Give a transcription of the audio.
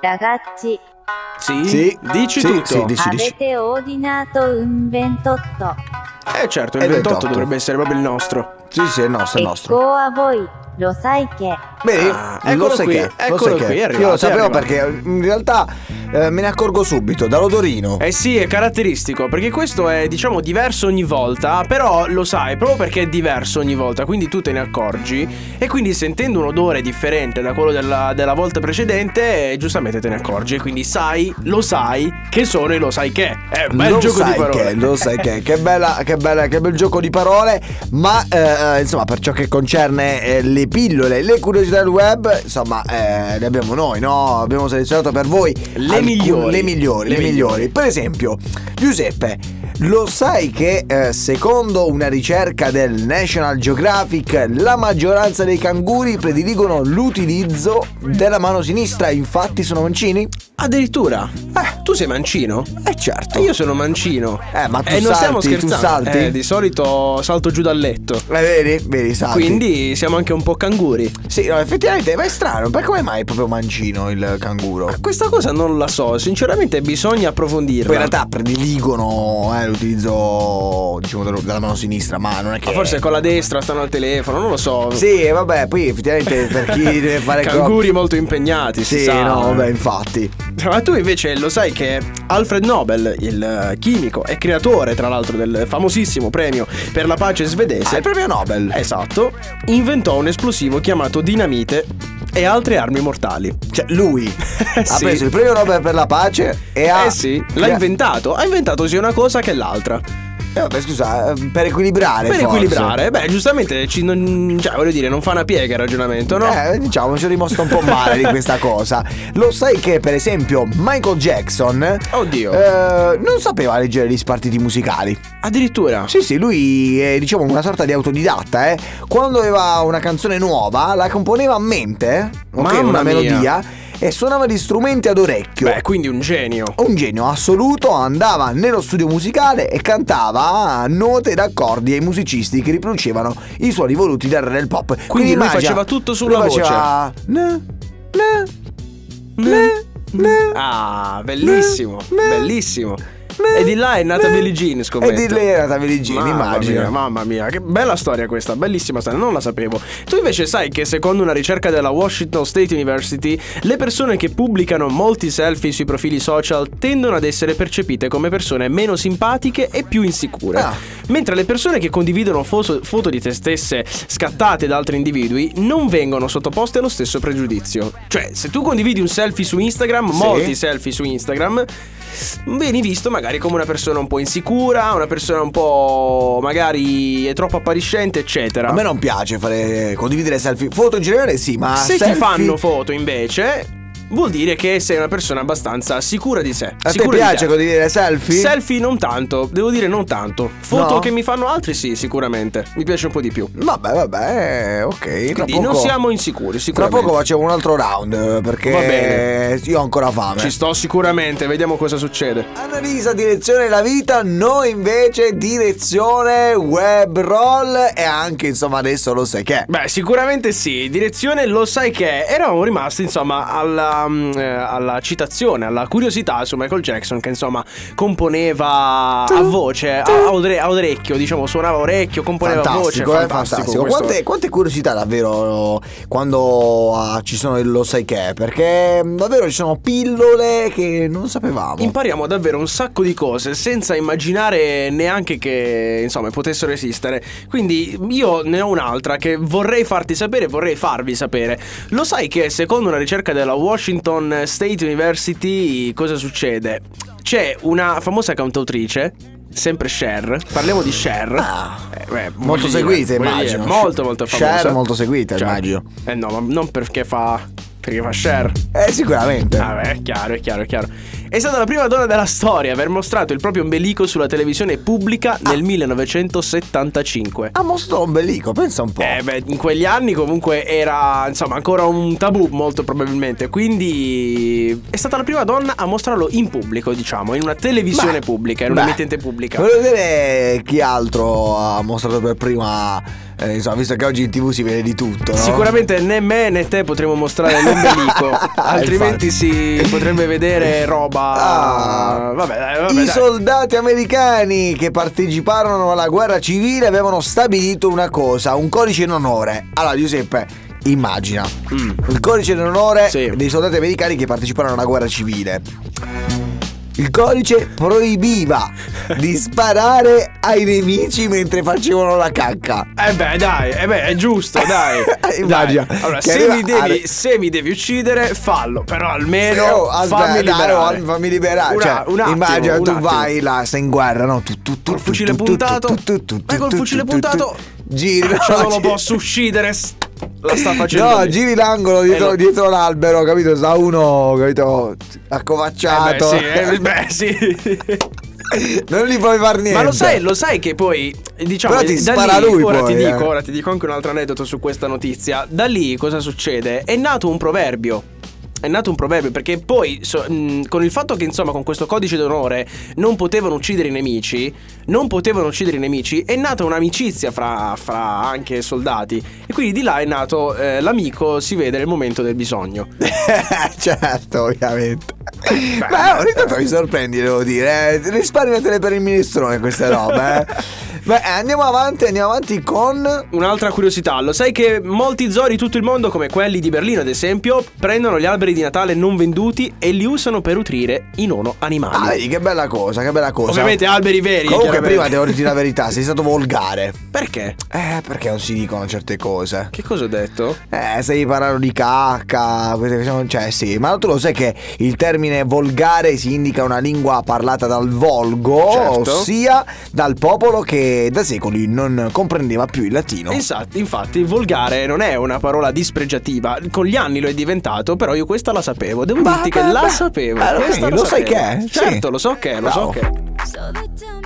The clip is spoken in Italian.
Ragazzi, Sì? Dici tutto. Sì, dici. avete ordinato un 28. Certo, il È 28 28. dovrebbe essere proprio il nostro. Sì, è il nostro, è il nostro. Ecco a voi, lo sai che. Vedi, eccolo lo sai qui, che, eccolo qui, è arrivato, io lo sapevo è arrivato. perché in realtà me ne accorgo subito dall'odorino. Eh sì, è caratteristico, perché questo è, diciamo, diverso ogni volta. Però lo sai, proprio perché è diverso ogni volta, quindi tu te ne accorgi. E quindi sentendo un odore differente da quello della volta precedente, giustamente te ne accorgi. E quindi lo sai che sono e lo sai che. È un bel Lo gioco sai di parole. lo sai che bel gioco di parole. Ma insomma, per ciò che concerne le pillole, le curiosità del web, insomma, le abbiamo noi, no? Abbiamo selezionato per voi Le migliori. Per esempio, Giuseppe, lo sai che secondo una ricerca del National Geographic la maggioranza dei canguri prediligono l'utilizzo della mano sinistra, infatti sono mancini? Addirittura? Tu sei mancino? Certo. Io sono mancino. Ma tu non stiamo salti, tu scherzando. salti? Di solito salto giù dal letto. Vedi, salti. Quindi siamo anche un po' canguri. Sì, no, effettivamente, ma è strano, perché come mai è proprio mancino il canguro? Questa cosa non la so, sinceramente bisogna approfondirla. Poi in realtà prediligono l'utilizzo, diciamo, della mano sinistra, ma non è che... Ma forse con la destra stanno al telefono, non lo so. Sì, vabbè, poi effettivamente per chi deve fare Canguri molto impegnati, si Sì, sa. no, vabbè, infatti. Ma tu invece lo sai che Alfred Nobel, il chimico e creatore tra l'altro del famosissimo premio per la pace svedese, Il premio Nobel. esatto, inventò un esplosivo chiamato dinamite e altre armi mortali. Cioè, lui ha Sì. preso il premio Nobel per la pace e ha... Sì, l'ha inventato. Ha inventato sia una cosa che l'altra. Vabbè, scusa, per equilibrare Per forse. equilibrare, beh, giustamente cioè, voglio dire, non fa una piega il ragionamento, no? Diciamo, ci è rimasto un po' male di questa cosa. Lo sai che, per esempio, Michael Jackson Oddio. non sapeva leggere gli spartiti musicali. Addirittura. Sì, lui è, diciamo, una sorta di autodidatta, Quando aveva una canzone nuova, la componeva a mente, Mamma una mia. melodia, e suonava gli strumenti ad orecchio. Beh, quindi un genio. Un genio assoluto, andava nello studio musicale e cantava note ed accordi ai musicisti che riproducevano i suoni voluti del re del pop. Quindi lui immagina, faceva tutto sulla lui voce. faceva Ah, bellissimo. Bellissimo. E di là è nata Billie Jean, scommetto. E di lei era nata Billie Jean, immagina. Mamma mia, che bella storia questa, bellissima storia, non la sapevo. Tu invece sai che secondo una ricerca della Washington State University, le persone che pubblicano molti selfie sui profili social tendono ad essere percepite come persone meno simpatiche e più insicure. Mentre le persone che condividono foto di te stesse scattate da altri individui non vengono sottoposte allo stesso pregiudizio. Cioè, se tu condividi un selfie su Instagram, molti selfie su Instagram, vieni visto magari come una persona un po' insicura, una persona un po' magari è troppo appariscente, eccetera. A me non piace condividere selfie. Foto in generale sì, ma se selfie... ti fanno foto invece vuol dire che sei una persona abbastanza sicura di sé. A te piace condividere selfie? Selfie non tanto, devo dire non tanto. Foto No? che mi fanno altri sì, sicuramente. Mi piace un po' di più. Vabbè, ok. Quindi non siamo insicuri, Tra sicuramente. poco facciamo un altro round, perché Va bene. io ho ancora fame. Ci sto sicuramente, vediamo cosa succede. Annalisa direzione la vita, noi invece direzione web roll e anche insomma adesso lo sai che. Beh, sicuramente sì, direzione lo sai che eravamo rimasti insomma alla citazione, alla curiosità su Michael Jackson, che insomma componeva a voce, a orecchio, diciamo, suonava a orecchio, componeva a voce. Fantastico. Quante curiosità davvero quando ci sono il lo sai che, perché davvero ci sono pillole che non sapevamo. Impariamo davvero un sacco di cose senza immaginare neanche che insomma potessero esistere. Quindi io ne ho un'altra che vorrei farvi sapere. Lo sai che secondo una ricerca della Washington State University cosa succede? C'è una famosa cantautrice, sempre Cher, parliamo di Cher. Molto seguita, immagino. Molto famosa. Cher molto seguita, immagino. No, ma non perché fa Cher. Sicuramente. Vabbè, è chiaro. È stata la prima donna della storia a aver mostrato il proprio ombelico sulla televisione pubblica nel 1975. Ha mostrato l'ombelico, pensa un po'. In quegli anni comunque era, insomma, ancora un tabù molto probabilmente. Quindi è stata la prima donna a mostrarlo in pubblico, diciamo, in una televisione pubblica, in un'emittente pubblica. Volevo vedere chi altro ha mostrato per prima insomma, visto che oggi in TV si vede di tutto, no? Sicuramente né me né te potremo mostrare l'ombelico, altrimenti si potrebbe vedere roba. Vabbè, I soldati americani che parteciparono alla guerra civile avevano stabilito una cosa, un codice in onore. Allora, Giuseppe, immagina il codice in onore dei soldati americani che parteciparono alla guerra civile. Il codice proibiva di sparare ai nemici mentre facevano la cacca. Dai, è giusto, dai. Immagina. Dai. Allora, se mi devi uccidere, fallo. Però almeno fammi liberare. Fammi liberare. Immagina, tu vai là, sei in guerra, no? Col fucile puntato. Col fucile puntato. Giri. Non lo posso uccidere. La sta facendo. No, giri l'angolo dietro l'albero, capito? Sta uno, capito? Accovacciato. Sì. Non gli puoi far niente. Ma lo sai che poi, diciamo, però ti da spara lì, lui ora poi, ora ti dico anche un altro aneddoto su questa notizia. Da lì cosa succede? È nato un proverbio. Perché poi con il fatto che insomma con questo codice d'onore non potevano uccidere i nemici, è nata un'amicizia fra anche soldati, e quindi di là è nato l'amico si vede nel momento del bisogno. Certo, ovviamente. Ma ogni tanto mi sorprendi, devo dire, risparmiatele per il minestrone queste robe. Beh, andiamo avanti con un'altra curiosità. Lo sai che molti zoo di tutto il mondo, come quelli di Berlino ad esempio, prendono gli alberi di Natale non venduti e li usano per nutrire i nono animali. Vedi, che bella cosa. Ovviamente alberi veri. Comunque prima devo dirti la verità, sei stato volgare. Perché? Perché non si dicono certe cose. Che cosa ho detto? Stai parlando di cacca, cioè sì, ma tu lo sai che il termine volgare si indica una lingua parlata dal volgo, certo, ossia dal popolo che da secoli non comprendeva più il latino. Esatto, infatti volgare non è una parola dispregiativa, con gli anni lo è diventato, però io questa la sapevo, devo dirti che la sapevo. Lo sai che è? Certo, sì. lo so che è. So they tell